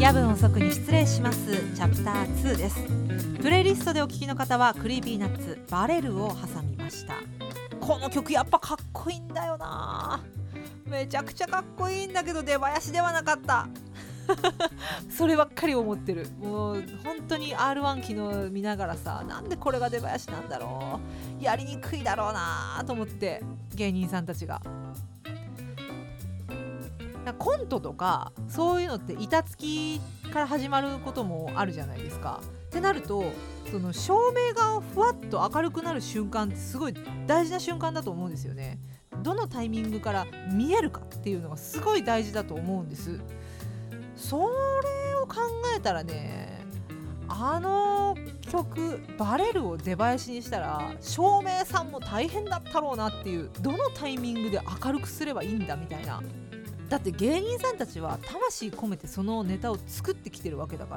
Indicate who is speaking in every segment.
Speaker 1: 夜分遅くに失礼します。チャプター2です。プレイリストでお聴きの方はクリーピーナッツバレルを挟みました。この曲やっぱかっこいいんだよな。めちゃくちゃかっこいいんだけど出囃子ではなかったそればっかり思ってる。もう本当に R1 昨日見ながらさ、なんでこれが出囃子なんだろう、やりにくいだろうなと思って。芸人さんたちがコントとかそういうのって板付きから始まることもあるじゃないですか。ってなると、その照明がふわっと明るくなる瞬間ってすごい大事な瞬間だと思うんですよね。どのタイミングから見えるかっていうのがすごい大事だと思うんです。それを考えたらね、あの曲バレルを出囃子にしたら照明さんも大変だったろうなっていう、どのタイミングで明るくすればいいんだみたいな。だって芸人さんたちは魂込めてそのネタを作ってきてるわけだから、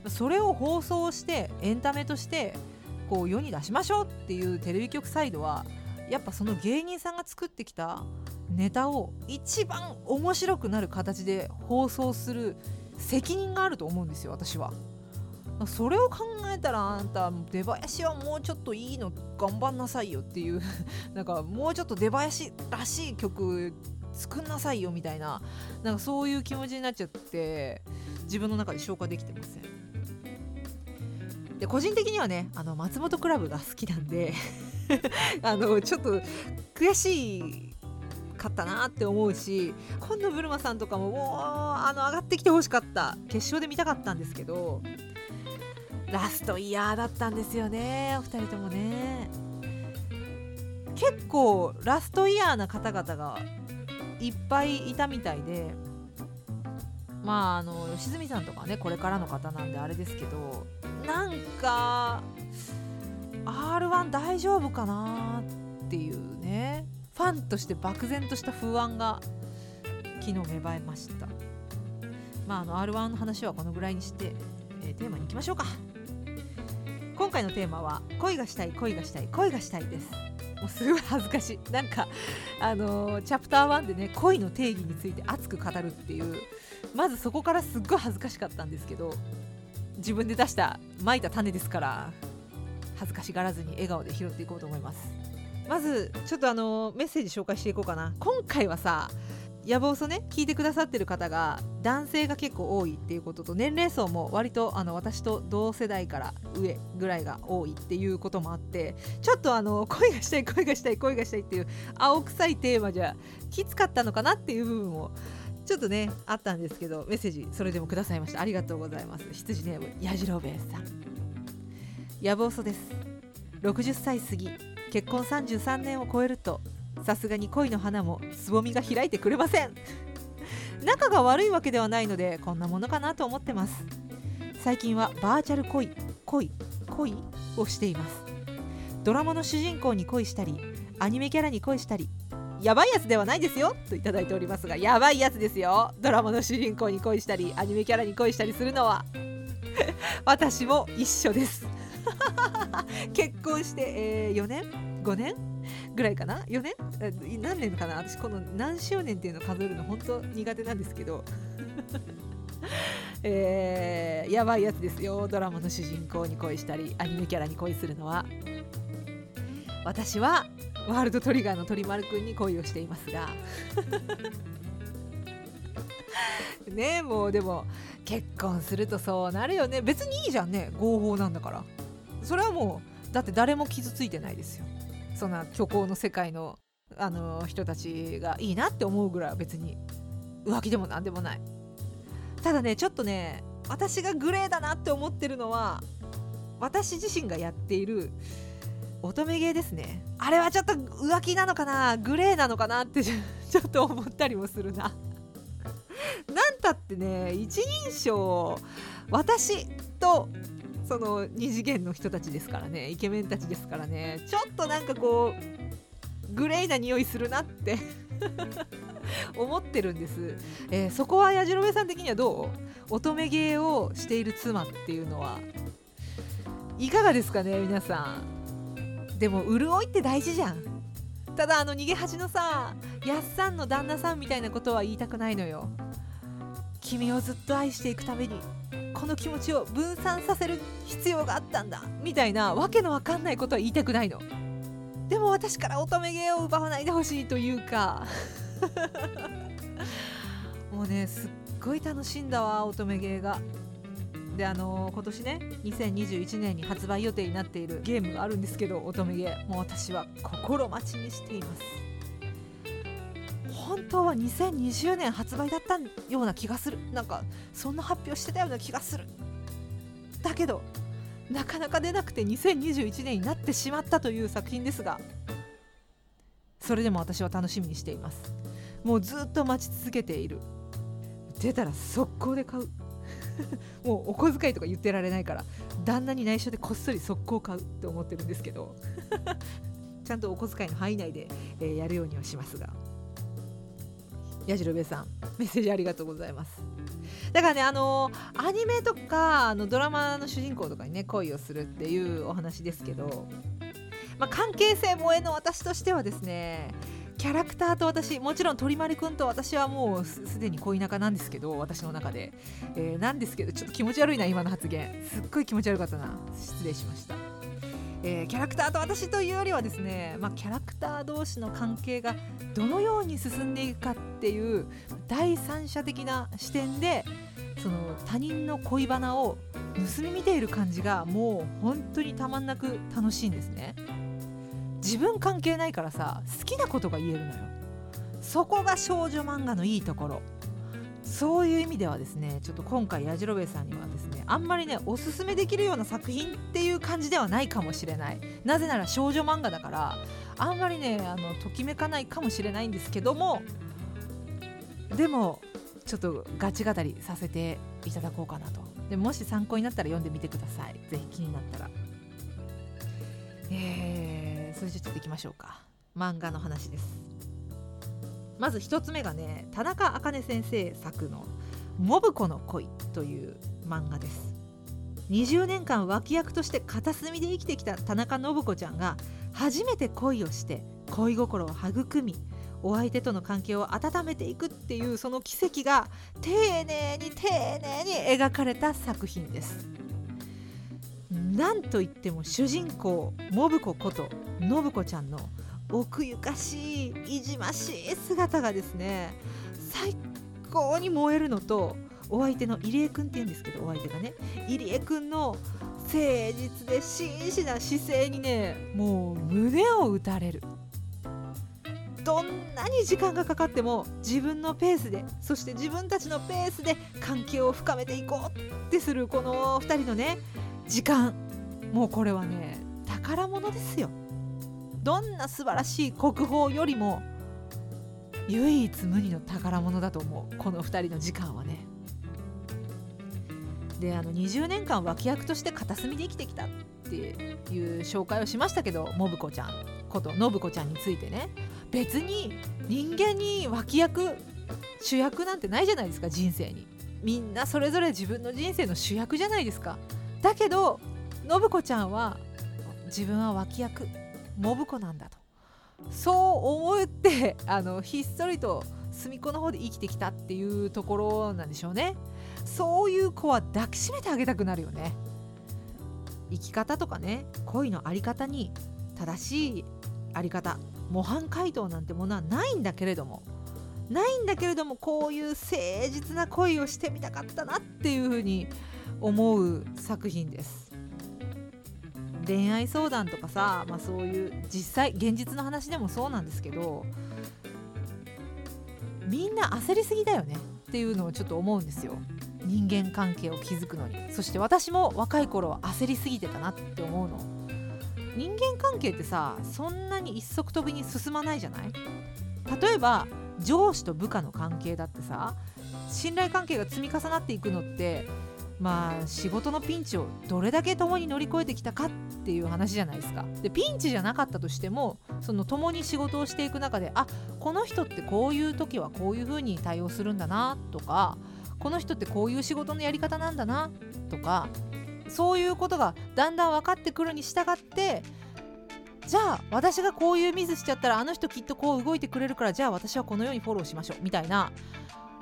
Speaker 1: それを放送してエンタメとしてこう世に出しましょうっていうテレビ局サイドは、やっぱその芸人さんが作ってきたネタを一番面白くなる形で放送する責任があると思うんですよ、私は。それを考えたら、あんた出囃子はもうちょっといいの頑張んなさいよっていうなんかもうちょっと出囃子らしい曲作んなさいよみたいな、なんかそういう気持ちになっちゃって、自分の中で消化できてません。で個人的にはね、松本クラブが好きなんでちょっと悔しかったなって思うし、今度ブルマさんとかももう上がってきてほしかった、決勝で見たかったんですけど、ラストイヤーだったんですよね、お二人ともね。結構ラストイヤーな方々がいっぱいいたみたいで、吉住さんとかねこれからの方なんであれですけど、なんか R1 大丈夫かなっていうね、ファンとして漠然とした不安が昨日芽生えました。R1 の話はこのぐらいにして、テーマに行きましょうか。今回のテーマは恋がしたい恋がしたい恋がしたいです。もうすごい恥ずかしい。なんかチャプター1でね、恋の定義について熱く語るっていう、まずそこからすっごい恥ずかしかったんですけど、自分でまいた種ですから、恥ずかしがらずに笑顔で拾っていこうと思います。まずちょっとメッセージ紹介していこうかな。今回はさ、野望そね聞いてくださってる方が男性が結構多いっていうことと、年齢層も割と私と同世代から上ぐらいが多いっていうこともあって、ちょっと恋がしたい恋がしたい恋がしたいっていう青臭いテーマじゃきつかったのかなっていう部分もちょっとねあったんですけど、メッセージそれでもくださいました。ありがとうございます。羊ネームやじろべえさん。野望そです。60歳過ぎ、結婚33年を超えるとさすがに恋の花もつぼみが開いてくれません。仲が悪いわけではないのでこんなものかなと思ってます。最近はバーチャル恋をしています。ドラマの主人公に恋したり、アニメキャラに恋したり、やばいやつではないですよといただいておりますが、やばいやつですよ。ドラマの主人公に恋したりアニメキャラに恋したりするのは私も一緒です結婚して、4年5年ぐらいかな、4年何年かな。私この何周年っていうのを数えるの本当苦手なんですけどやばいやつですよ。ドラマの主人公に恋したりアニメキャラに恋するのは。私はワールドトリガーの鳥丸くんに恋をしていますがねえ、もうでも結婚するとそうなるよね。別にいいじゃんね、合法なんだから。それはもうだって誰も傷ついてないですよ。そんな虚構の世界の人たちがいいなって思うぐらいは別に浮気でもなんでもない。ただね、ちょっとね私がグレーだなって思ってるのは、私自身がやっている乙女芸ですね。あれはちょっと浮気なのかな、グレーなのかなってちょっと思ったりもするな。なんたってね、一人称私とその二次元の人たちですからね、イケメンたちですからね、ちょっとなんかこうグレーな匂いするなって思ってるんです。そこはやじろべさん的にはどう？乙女芸をしている妻っていうのはいかがですかね、皆さん。でも潤いって大事じゃん。ただ逃げ恥のさ、やっさんの旦那さんみたいなことは言いたくないのよ。 君をずっと愛していくためにこの気持ちを分散させる必要があったんだみたいなわけのわかんないことは言いたくないの。でも私から乙女芸を奪わないでほしいというかもうねすっごい楽しんだわ乙女芸が。で今年ね2021年に発売予定になっているゲームがあるんですけど、乙女芸もう私は心待ちにしています。本当は2020年発売だったような気がする。なんかそんな発表してたような気がする。だけどなかなか出なくて2021年になってしまったという作品ですが、それでも私は楽しみにしています。もうずっと待ち続けている。出たら速攻で買うもうお小遣いとか言ってられないから旦那に内緒でこっそり速攻買うって思ってるんですけどちゃんとお小遣いの範囲内で、やるようにはしますが、やじろべえさんメッセージありがとうございます。だからねアニメとかドラマの主人公とかにね恋をするっていうお話ですけど、関係性萌えの私としてはですね、キャラクターと私、もちろん鳥丸くんと私はもうすでに恋仲なんですけど、私の中で、なんですけどちょっと気持ち悪いな今の発言、すっごい気持ち悪かったな、失礼しました。キャラクターと私というよりはですね、キャラクター同士の関係がどのように進んでいくかっていう第三者的な視点でその他人の恋バナを盗み見ている感じがもう本当にたまんなく楽しいんですね。自分関係ないからさ、好きなことが言えるのよ。そこが少女漫画のいいところ。そういう意味ではですね、ちょっと今回やじろべえさんにはですね、あんまりねおすすめできるような作品っていう感じではないかもしれない。なぜなら少女漫画だからあんまりねときめかないかもしれないんですけども、でもちょっとガチ語りさせていただこうかなと。でもし参考になったら読んでみてください、ぜひ気になったら。それじゃちょっといきましょうか。漫画の話です。まず一つ目がね、田中茜先生作の信子の恋という漫画です。20年間脇役として片隅で生きてきた田中信子ちゃんが初めて恋をして恋心を育み、お相手との関係を温めていくっていうその奇跡が丁寧に描かれた作品です。なんといっても主人公信子こと信子ちゃんの奥ゆかしいいじましい姿がですね最高に燃えるのと、お相手の入江くんって言うんですけど、お相手がね入江くんの誠実で真摯な姿勢にねもう胸を打たれる。どんなに時間がかかっても自分のペースで、そして自分たちのペースで関係を深めていこうってするこの2人のね時間、もうこれはね宝物ですよ。どんな素晴らしい国宝よりも唯一無二の宝物だと思う、この2人の時間はね。で20年間脇役として片隅で生きてきたっていう紹介をしましたけど、信子ちゃんこと信子ちゃんについてね、別に人間に脇役主役なんてないじゃないですか。人生にみんなそれぞれ自分の人生の主役じゃないですか。だけど信子ちゃんは自分は脇役信子なんだと、そう思ってひっそりと隅っこの方で生きてきたっていうところなんでしょうね。そういう子は抱きしめてあげたくなるよね。生き方とかね、恋のあり方に正しいあり方、模範解答なんてものはないんだけれどもこういう誠実な恋をしてみたかったなっていうふうに思う作品です。恋愛相談とかさ、そういう実際現実の話でもそうなんですけど、みんな焦りすぎだよねっていうのをちょっと思うんですよ。人間関係を築くのに。そして私も若い頃は焦りすぎてたなって思うの。人間関係ってさ、そんなに一足飛びに進まないじゃない。例えば上司と部下の関係だってさ、信頼関係が積み重なっていくのって仕事のピンチをどれだけ共に乗り越えてきたかっていう話じゃないですか。でピンチじゃなかったとしても、その共に仕事をしていく中で、この人ってこういう時はこういう風に対応するんだなとか、この人ってこういう仕事のやり方なんだなとか、そういうことがだんだん分かってくるに従って、じゃあ私がこういうミスしちゃったらあの人きっとこう動いてくれるから、じゃあ私はこのようにフォローしましょうみたいな、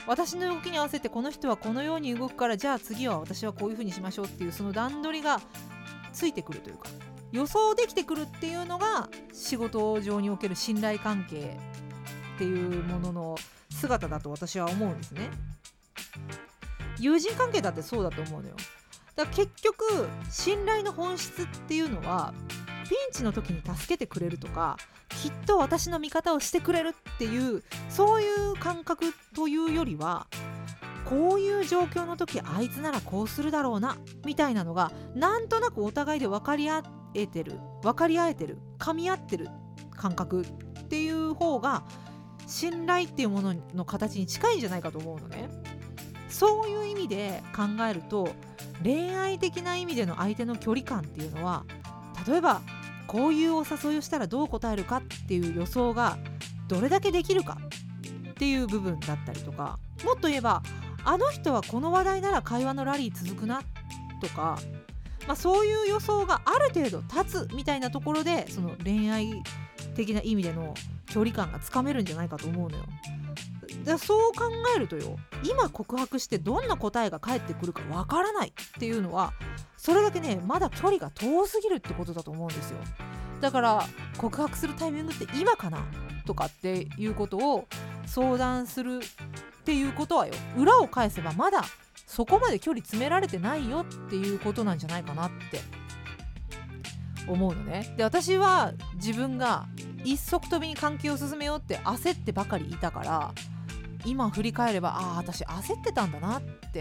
Speaker 1: 私の動きに合わせてこの人はこのように動くから、じゃあ次は私はこういう風にしましょうっていう、その段取りがついてくるというか、予想できてくるっていうのが仕事上における信頼関係っていうものの姿だと私は思うんですね。友人関係だってそうだと思うのよ。だから結局信頼の本質っていうのは、ピンチの時に助けてくれるとか、きっと私の味方をしてくれるっていう、そういう感覚というよりは、こういう状況の時あいつならこうするだろうなみたいなのがなんとなくお互いで分かり合えてる、噛み合ってる感覚っていう方が信頼っていうものの形に近いんじゃないかと思うのね。そういう意味で考えると、恋愛的な意味での相手の距離感っていうのは、例えばこういうお誘いをしたらどう答えるかっていう予想がどれだけできるかっていう部分だったりとか、もっと言えばあの人はこの話題なら会話のラリー続くなとか、そういう予想がある程度立つみたいなところで、その恋愛的な意味での距離感がつかめるんじゃないかと思うのよ。だそう考えるとよ、今告白してどんな答えが返ってくるかわからないっていうのは、それだけねまだ距離が遠すぎるってことだと思うんですよ。だから告白するタイミングって今かなとかっていうことを相談するっていうことはよ、裏を返せばまだそこまで距離詰められてないよっていうことなんじゃないかなって思うのね。で、私は自分が一足飛びに関係を進めようって焦ってばかりいたから、今振り返れば私焦ってたんだなって。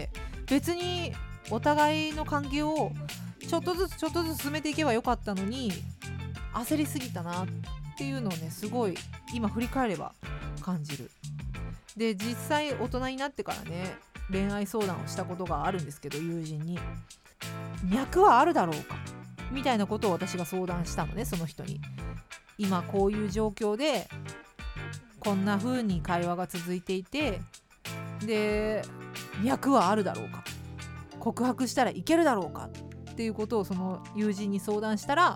Speaker 1: 別にお互いの関係をちょっとずつ進めていけばよかったのに焦りすぎたなっていうのをね、すごい今振り返れば感じる。で、実際大人になってからね恋愛相談をしたことがあるんですけど、友人に脈はあるだろうかみたいなことを私が相談したのね、その人に。今こういう状況でこんな風に会話が続いていて、で脈はあるだろうか、告白したらいけるだろうかっていうことをその友人に相談したら、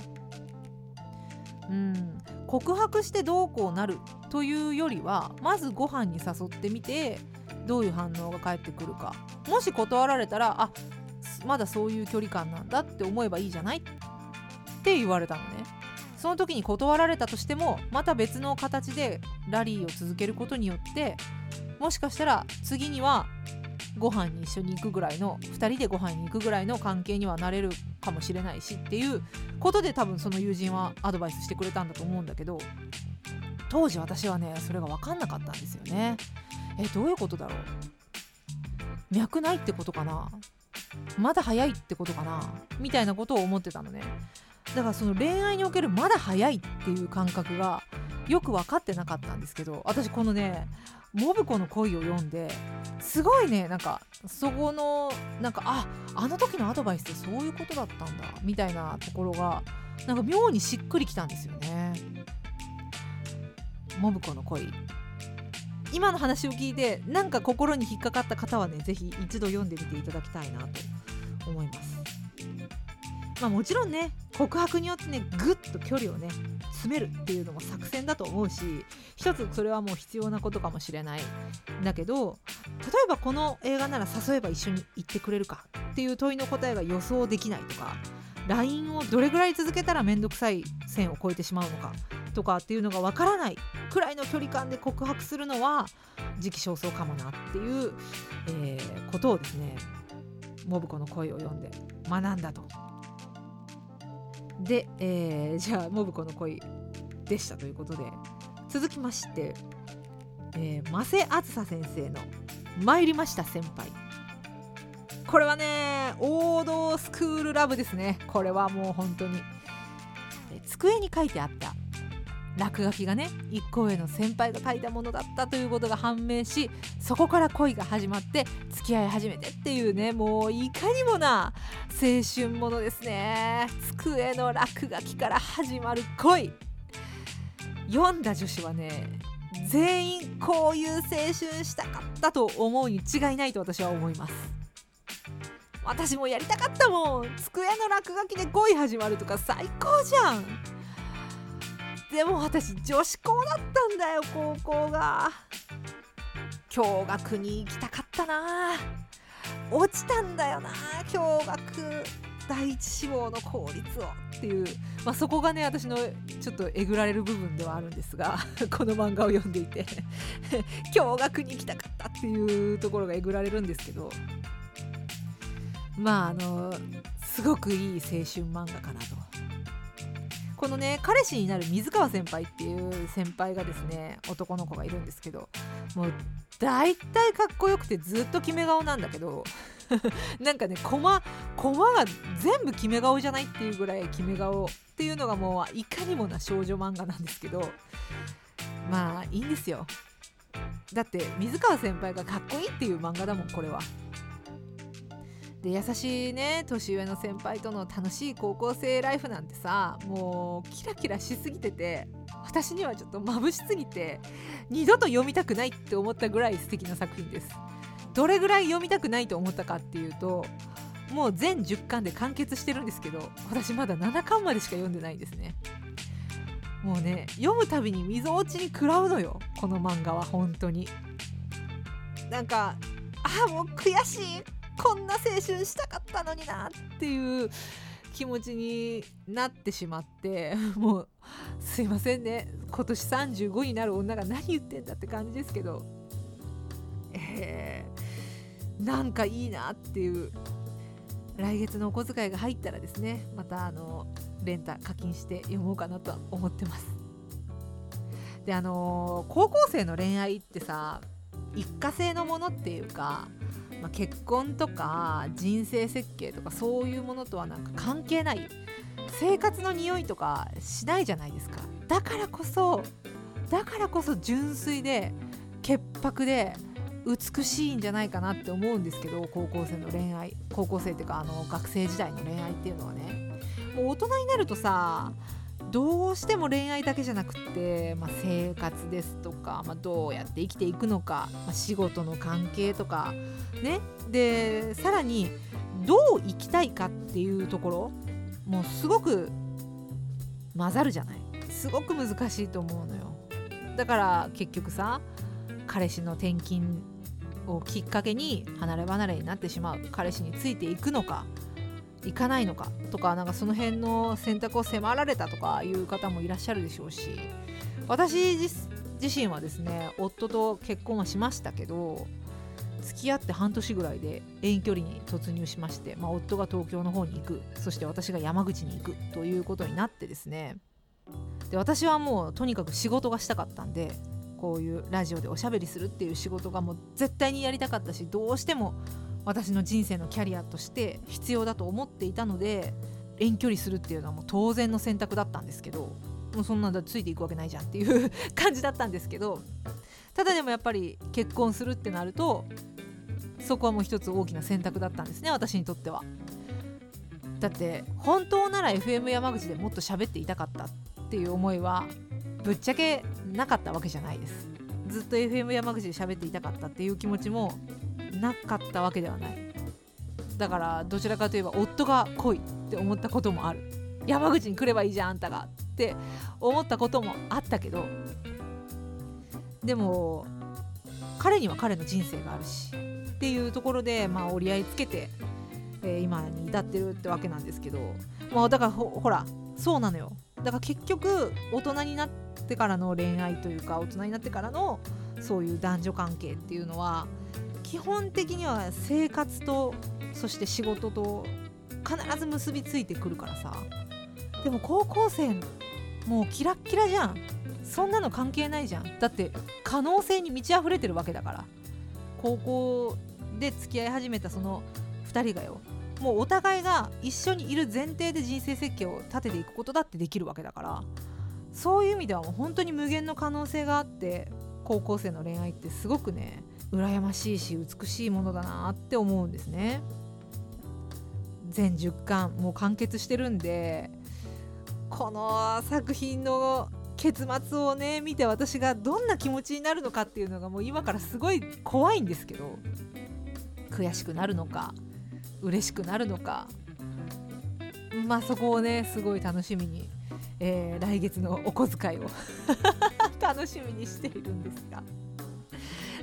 Speaker 1: 告白してどうこうなるというよりは、まずご飯に誘ってみてどういう反応が返ってくるか、もし断られたらまだそういう距離感なんだって思えばいいじゃないって言われたのね。その時に断られたとしても、また別の形でラリーを続けることによって、もしかしたら次にはご飯に一緒に行くぐらいの、2人でご飯に行くぐらいの関係にはなれるかもしれないしっていうことで、多分その友人はアドバイスしてくれたんだと思うんだけど、当時私はねそれが分かんなかったんですよね。どういうことだろう、脈ないってことかな、まだ早いってことかなみたいなことを思ってたのね。だからその恋愛におけるまだ早いっていう感覚がよく分かってなかったんですけど、私このねモブ子の恋を読んですごいね、なんかそこのなんかあの時のアドバイスってそういうことだったんだみたいなところがなんか妙にしっくりきたんですよね。モブ子の恋、今の話を聞いてなんか心に引っかかった方はね、ぜひ一度読んでみていただきたいなと思います。もちろんね告白によってねぐっと距離をね詰めるっていうのも作戦だと思うし、一つそれはもう必要なことかもしれないんだけど、例えばこの映画なら誘えば一緒に行ってくれるかっていう問いの答えが予想できないとか、 LINE をどれぐらい続けたらめんどくさい線を越えてしまうのかとかっていうのがわからないくらいの距離感で告白するのは時期尚早かもなっていう、ことをですねモブ子の恋を読んで学んだと。で、じゃあモブ子の恋でしたということで、続きまして、間瀬あずさ先生の参りました先輩。これはね王道スクールラブですね。これはもう本当に机に書いてあった落書きがね一個上の先輩が書いたものだったということが判明し、そこから恋が始まって付き合い始めてっていうね、もういかにもな青春ものですね。机の落書きから始まる恋、読んだ女子はね全員こういう青春したかったと思うに違いないと私は思います。私もやりたかったもん。机の落書きで恋始まるとか最高じゃん。でも私女子校だったんだよ、高校が。 共学に行きたかったな。落ちたんだよな、共学第一志望の公立をっていう、そこがね私のちょっとえぐられる部分ではあるんですがこの漫画を読んでいて共学に行きたかったっていうところがえぐられるんですけど、すごくいい青春漫画かなと。このね彼氏になる水川先輩っていう先輩がですね、男の子がいるんですけど、もう大体かっこよくてずっと決め顔なんだけどなんかねコマが全部決め顔じゃないっていうぐらい決め顔っていうのがもういかにもな少女漫画なんですけど、いいんですよ。だって水川先輩がかっこいいっていう漫画だもんこれは。で優しいね年上の先輩との楽しい高校生ライフなんてさ、もうキラキラしすぎてて、私にはちょっと眩しすぎて二度と読みたくないって思ったぐらい素敵な作品です。どれぐらい読みたくないと思ったかっていうと、もう全10巻で完結してるんですけど、私まだ7巻までしか読んでないんですね。もうね読むたびに溝落ちに食らうのよこの漫画は。本当になんかもう悔しい、こんな青春したかったのになっていう気持ちになってしまって、もうすいませんね、今年35になる女が何言ってんだって感じですけど、なんかいいなっていう。来月のお小遣いが入ったらですね、またレンタ課金して読もうかなと思ってます。で高校生の恋愛ってさ、一過性のものっていうか、結婚とか人生設計とかそういうものとはなんか関係ない、生活の匂いとかしないじゃないですか。だからこそ純粋で潔白で美しいんじゃないかなって思うんですけど、高校生の恋愛、高校生っていうか学生時代の恋愛っていうのはね、もう大人になるとさ、どうしても恋愛だけじゃなくって、生活ですとか、どうやって生きていくのか、仕事の関係とかね、でさらにどう生きたいかっていうところもうすごく混ざるじゃない。すごく難しいと思うのよ。だから結局さ、彼氏の転勤をきっかけに離れ離れになってしまう、彼氏についていくのか行かないのかとか、なんかその辺の選択を迫られたとかいう方もいらっしゃるでしょうし、私自身はですね、夫と結婚はしましたけど、付き合って半年ぐらいで遠距離に突入しまして、夫が東京の方に行く、そして私が山口に行くということになってですね、で私はもうとにかく仕事がしたかったんで、こういうラジオでおしゃべりするっていう仕事がもう絶対にやりたかったし、どうしても私の人生のキャリアとして必要だと思っていたので、遠距離するっていうのはもう当然の選択だったんですけど、もうそんなんだついていくわけないじゃんっていう感じだったんですけど、ただでもやっぱり結婚するってなると、そこはもう一つ大きな選択だったんですね、私にとっては。だって本当なら FM 山口でもっと喋っていたかったっていう思いはぶっちゃけなかったわけじゃないです。ずっと FM 山口で喋っていたかったっていう気持ちもなかったわけではない。だからどちらかといえば夫が来いって思ったこともある。山口に来ればいいじゃんあんたがって思ったこともあったけど、でも彼には彼の人生があるしっていうところで、折り合いつけて、今に至ってるってわけなんですけど、だからほらそうなのよ。だから結局大人になってからの恋愛というか、大人になってからのそういう男女関係っていうのは基本的には生活とそして仕事と必ず結びついてくるからさ。でも高校生もうキラッキラじゃん。そんなの関係ないじゃん。だって可能性に満ち溢れてるわけだから。高校で付き合い始めたその2人がよ、もうお互いが一緒にいる前提で人生設計を立てていくことだってできるわけだから、そういう意味ではもう本当に無限の可能性があって、高校生の恋愛ってすごくね羨ましいし美しいものだなって思うんですね。全10巻もう完結してるんで、この作品の結末をね見て私がどんな気持ちになるのかっていうのがもう今からすごい怖いんですけど、悔しくなるのか嬉しくなるのか、そこをねすごい楽しみに、来月のお小遣いを楽しみにしているんですが、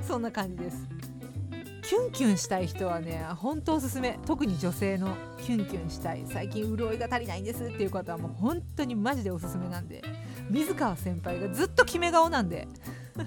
Speaker 1: そんな感じです。キュンキュンしたい人はね本当おすすめ。特に女性のキュンキュンしたい、最近潤いが足りないんですっていう方はもう本当にマジでおすすめなんで、水川先輩がずっと決め顔なんで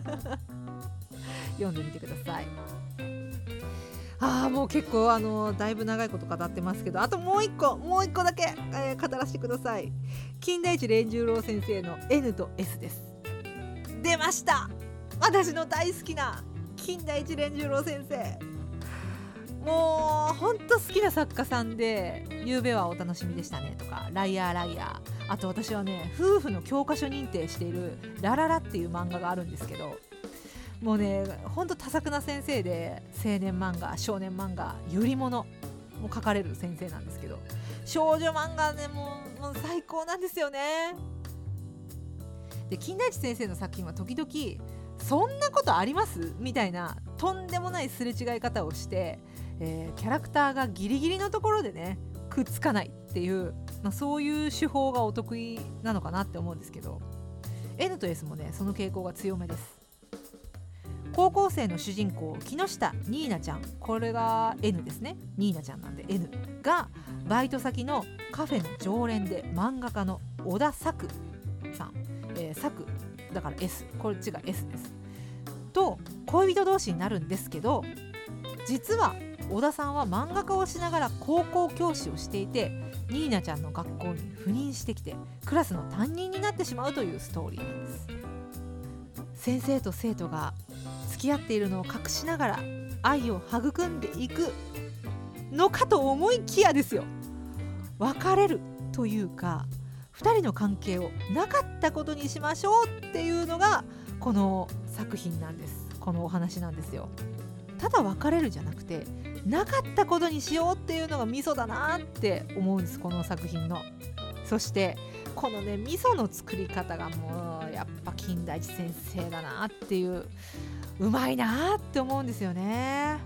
Speaker 1: 読んでみてください。もう結構だいぶ長いこと語ってますけど、あともう一個だけ、語らせてください。金田一連十郎先生の N と S です。出ました。私の大好きな金田一連十郎先生、もうほんと好きな作家さんで、夕べはお楽しみでしたねとか、ライアーライアー、あと私はね夫婦の教科書認定しているラララっていう漫画があるんですけど、もうねほんと多作な先生で、青年漫画少年漫画ゆりものも書かれる先生なんですけど、少女漫画ねもう最高なんですよね。で金田一先生の作品は時々そんなことありますみたいなとんでもないすれ違い方をして、キャラクターがギリギリのところでねくっつかないっていう、そういう手法がお得意なのかなって思うんですけど、 N と S もねその傾向が強めです。高校生の主人公木下ニーナちゃん、これが N ですね、ニーナちゃんなんで N がバイト先のカフェの常連で漫画家の小田作さん、作だから S、 こっちが S ですと恋人同士になるんですけど、実は小田さんは漫画家をしながら高校教師をしていて、ニーナちゃんの学校に赴任してきてクラスの担任になってしまうというストーリーなんです。先生と生徒が付き合っているのを隠しながら愛を育んでいくのかと思いきやですよ、別れるというか2人の関係をなかったことにしましょうっていうのがこの作品なんです。このお話なんですよ。ただ別れるじゃなくてなかったことにしようっていうのがミソだなって思うんです、この作品の。そしてこのねミソの作り方がもうやっぱ金田一先生だなっていう、うまいなって思うんですよね。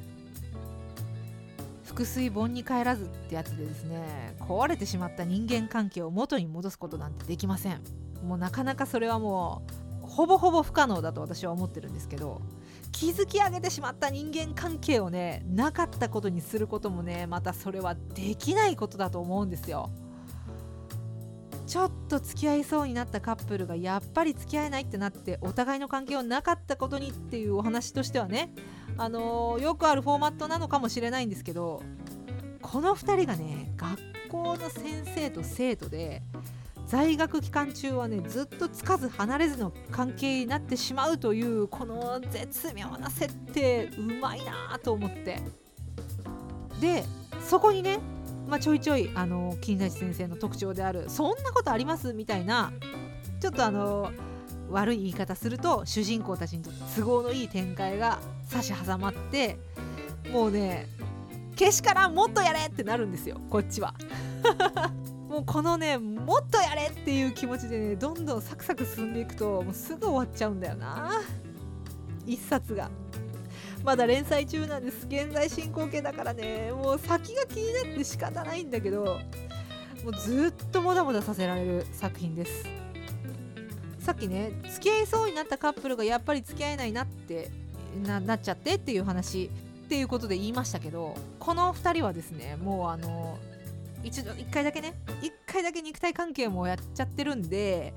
Speaker 1: 腹水盆に帰らずってやつでですね、壊れてしまった人間関係を元に戻すことなんてできません。もうなかなかそれはもうほぼほぼ不可能だと私は思ってるんですけど、築き上げてしまった人間関係をねなかったことにすることもね、またそれはできないことだと思うんですよ。ちょっと付き合いそうになったカップルがやっぱり付き合えないってなってお互いの関係をなかったことにっていうお話としてはね、よくあるフォーマットなのかもしれないんですけど、この2人がね学校の先生と生徒で在学期間中はねずっとつかず離れずの関係になってしまうというこの絶妙な設定、うまいなと思って、でそこにねちょいちょい金田一先生の特徴であるそんなことありますみたいな、ちょっと悪い言い方すると主人公たちにとって都合のいい展開が差し挟まって、もうねけしからんもっとやれってなるんですよこっちはもうこのねもっとやれっていう気持ちでねどんどんサクサク進んでいくともうすぐ終わっちゃうんだよな、一冊が。まだ連載中なんです。現在進行形だからねもう先が気になって仕方ないんだけど、もうずっともだもださせられる作品です。さっきね付き合いそうになったカップルがやっぱり付き合えないなってなっちゃってっていう話っていうことで言いましたけど、この2人はですねもう1回だけ肉体関係もやっちゃってるんで、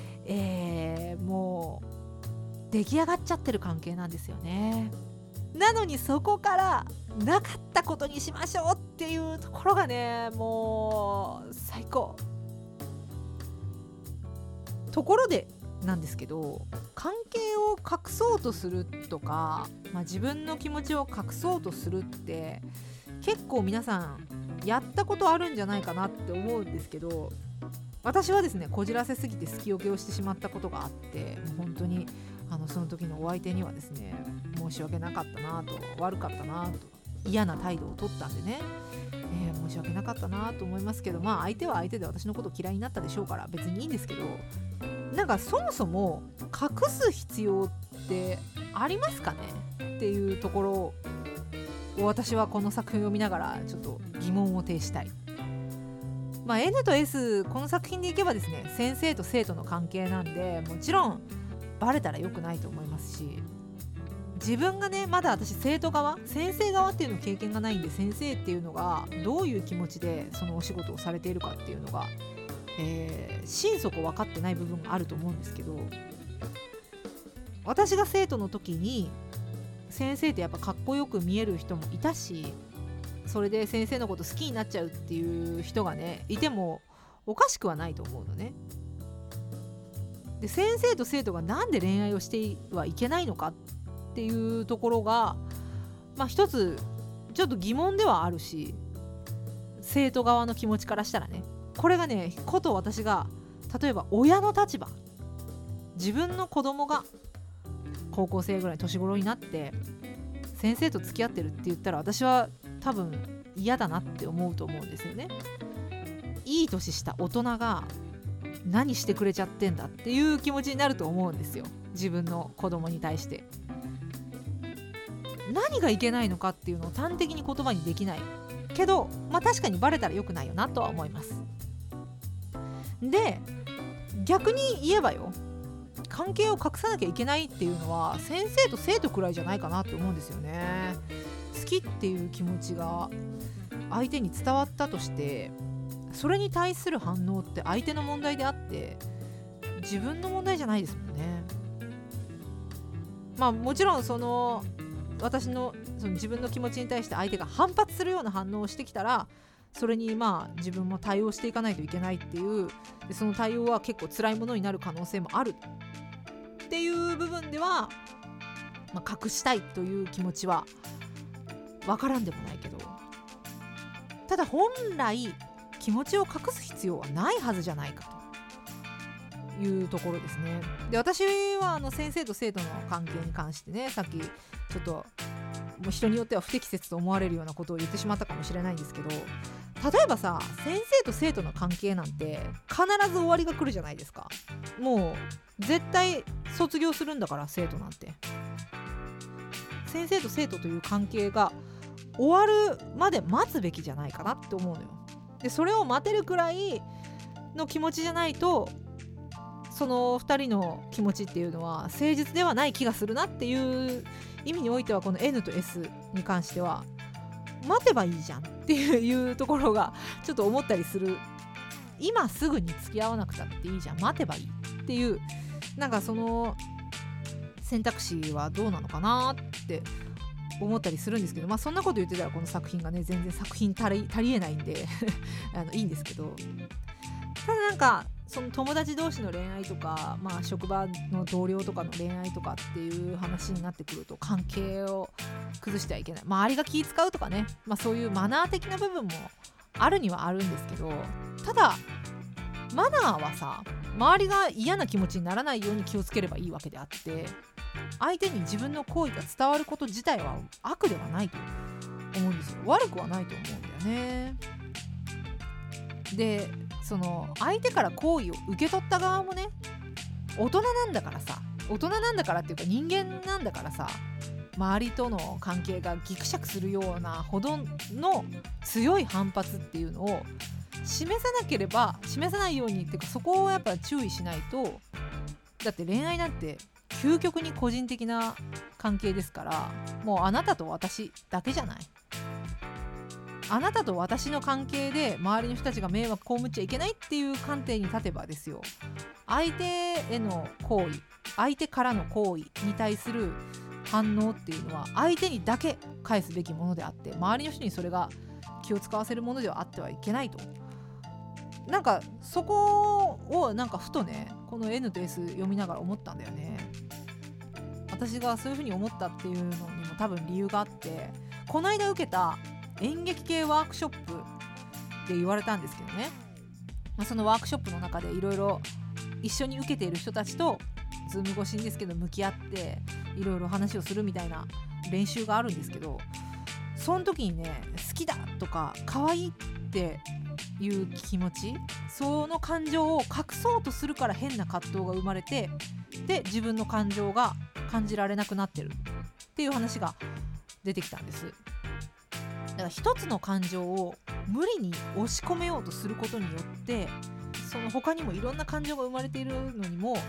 Speaker 1: もう出来上がっちゃってる関係なんですよね。なのにそこからなかったことにしましょうっていうところがねもう最高。ところでなんですけど、関係を隠そうとするとか、自分の気持ちを隠そうとするって結構皆さんやったことあるんじゃないかなって思うんですけど、私はですねこじらせすぎて好きよけをしてしまったことがあって、本当にその時のお相手にはですね申し訳なかったなと、悪かったなと、嫌な態度を取ったんでね、申し訳なかったなと思いますけど、相手は相手で私のこと嫌いになったでしょうから別にいいんですけど、なんかそもそも隠す必要ってありますかねっていうところを私はこの作品を見ながらちょっと疑問を呈したい。N と S この作品でいけばですね先生と生徒の関係なんでもちろんバレたら良くないと思いますし、 自分がねまだ私生徒側先生側っていうの経験がないんで、先生っていうのがどういう気持ちでそのお仕事をされているかっていうのが、心底分かってない部分があると思うんですけど、私が生徒の時に先生ってやっぱかっこよく見える人もいたし、それで先生のこと好きになっちゃうっていう人がねいてもおかしくはないと思うのね。で先生と生徒がなんで恋愛をしてはいけないのかっていうところが、一つちょっと疑問ではあるし、生徒側の気持ちからしたらね、これがねこと私が例えば親の立場、自分の子供が高校生ぐらい年頃になって先生と付き合ってるって言ったら、私は多分嫌だなって思うと思うんですよね。いい年した大人が何してくれちゃってんだっていう気持ちになると思うんですよ、自分の子供に対して。何がいけないのかっていうのを端的に言葉にできないけど、確かにバレたら良くないよなとは思います。で逆に言えばよ、関係を隠さなきゃいけないっていうのは先生と生徒くらいじゃないかなって思うんですよね。好きっていう気持ちが相手に伝わったとして、それに対する反応って相手の問題であって自分の問題じゃないですもんね。もちろん私のその自分の気持ちに対して相手が反発するような反応をしてきたら、それに自分も対応していかないといけないっていう、でその対応は結構辛いものになる可能性もあるっていう部分では、隠したいという気持ちはわからんでもないけど、ただ本来気持ちを隠す必要はないはずじゃないかというところですね。で私は先生と生徒の関係に関してね、さっきちょっともう人によっては不適切と思われるようなことを言ってしまったかもしれないんですけど、例えばさ、先生と生徒の関係なんて必ず終わりが来るじゃないですか。もう絶対卒業するんだから、生徒なんて。先生と生徒という関係が終わるまで待つべきじゃないかなって思うのよ。でそれを待てるくらいの気持ちじゃないと、その2人の気持ちっていうのは誠実ではない気がするなっていう意味においては、この N と S に関しては待てばいいじゃんっていうところがちょっと思ったりする。今すぐに付き合わなくたっていいじゃん、待てばいいっていう、その選択肢はどうなのかなって思ったりするんですけど、そんなこと言ってたらこの作品がね全然作品足りえないんでいいんですけど、ただその友達同士の恋愛とか、職場の同僚とかの恋愛とかっていう話になってくると、関係を崩してはいけない、周りが気使うとかね、そういうマナー的な部分もあるにはあるんですけど、ただマナーはさ、周りが嫌な気持ちにならないように気をつければいいわけであって、相手に自分の行為が伝わること自体は悪ではないと思うんですよ。悪くはないと思うんだよね。でその相手から好意を受け取った側もね、大人なんだからさ、大人なんだからっていうか人間なんだからさ、周りとの関係がギクシャクするようなほどの強い反発っていうのを示さないようにっていうか、そこをやっぱ注意しないと。だって恋愛なんて究極に個人的な関係ですから、もうあなたと私だけじゃない。あなたと私の関係で周りの人たちが迷惑被っちゃいけないっていう観点に立てばですよ、相手への行為、相手からの行為に対する反応っていうのは相手にだけ返すべきものであって、周りの人にそれが気を使わせるものではあってはいけないと。そこをふとね、この N と S 読みながら思ったんだよね。私がそういう風に思ったっていうのにも多分理由があって、この間受けた演劇系ワークショップって言われたんですけどね、そのワークショップの中でいろいろ一緒に受けている人たちとズーム越しにですけど向き合っていろいろ話をするみたいな練習があるんですけど、その時にね、好きだとか可愛いっていう気持ち、その感情を隠そうとするから変な葛藤が生まれて、で自分の感情が感じられなくなってるっていう話が出てきたんです。だから一つの感情を無理に押し込めようとすることによって、その他にもいろんな感情が生まれているのにも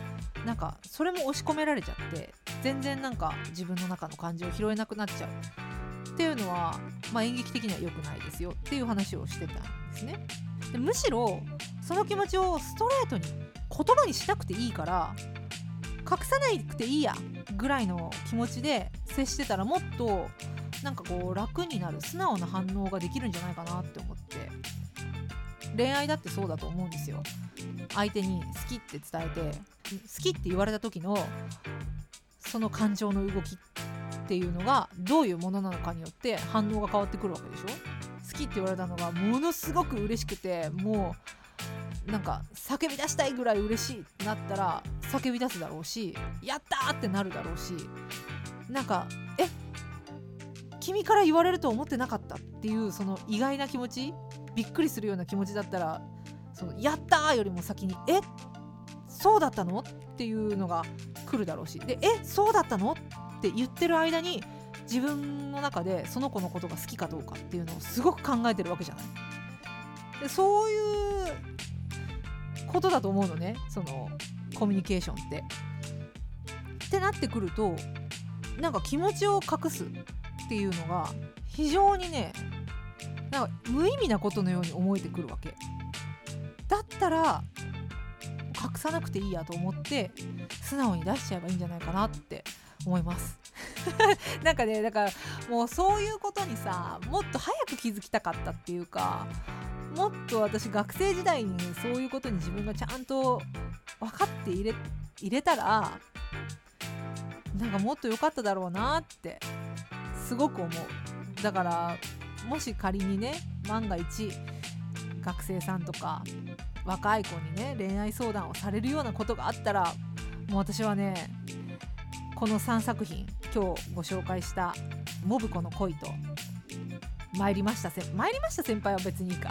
Speaker 1: なんかそれも押し込められちゃって全然なんか自分の中の感情を拾えなくなっちゃうっていうのは、演劇的には良くないですよっていう話をしてたんですね。でむしろその気持ちをストレートに言葉にしなくていいから隠さなくていいやぐらいの気持ちで接してたらもっとなんかこう楽になる素直な反応ができるんじゃないかなって思って。恋愛だってそうだと思うんですよ。相手に好きって伝えて好きって言われた時のその感情の動きっていうのがどういうものなのかによって反応が変わってくるわけでしょ。好きって言われたのがものすごく嬉しくてもうなんか叫び出したいぐらい嬉しいってなったら叫び出すだろうし、やったーってなるだろうし、なんか君から言われると思ってなかったっていうその意外な気持ち、びっくりするような気持ちだったらそのやったーよりも先にそうだったのっていうのが来るだろうし、でそうだったのって言ってる間に自分の中でその子のことが好きかどうかっていうのをすごく考えてるわけじゃない。でそういうことだと思うのね、そのコミュニケーションってなってくるとなんか気持ちを隠すっていうのが非常にねなんか無意味なことのように思えてくるわけだったら隠さなくていいやと思って素直に出しちゃえばいいんじゃないかなって思いますなんかね、だからもうそういうことにさもっと早く気づきたかったっていうか、もっと私学生時代にそういうことに自分がちゃんと分かって入れたらなんかもっと良かっただろうなってすごく思う。だからもし仮にね万が一学生さんとか若い子にね恋愛相談をされるようなことがあったらもう私はねこの3作品今日ご紹介したモブコの恋と参りました先輩は別にいいか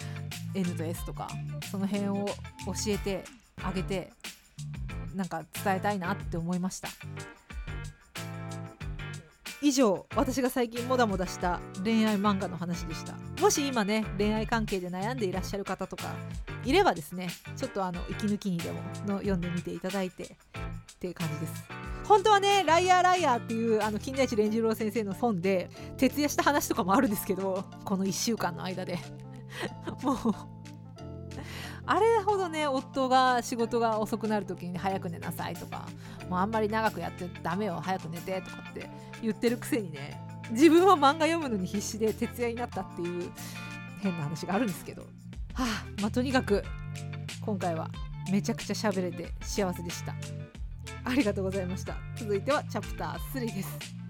Speaker 1: N と S とかその辺を教えてあげてなんか伝えたいなって思いました。以上、私が最近モダモダした恋愛漫画の話でした。もし今ね恋愛関係で悩んでいらっしゃる方とかいればですね、ちょっと息抜きにでも読んでみていただいてっていう感じです。本当はねライアーライアーっていう金田一蓮十郎先生の本で徹夜した話とかもあるんですけど、この1週間の間でもうあれほどね夫が仕事が遅くなる時に早く寝なさいとかもうあんまり長くやってダメよ早く寝てとかって言ってるくせにね、自分は漫画読むのに必死で徹夜になったっていう変な話があるんですけど、とにかく今回はめちゃくちゃ喋れて幸せでした。ありがとうございました。続いてはチャプター3です。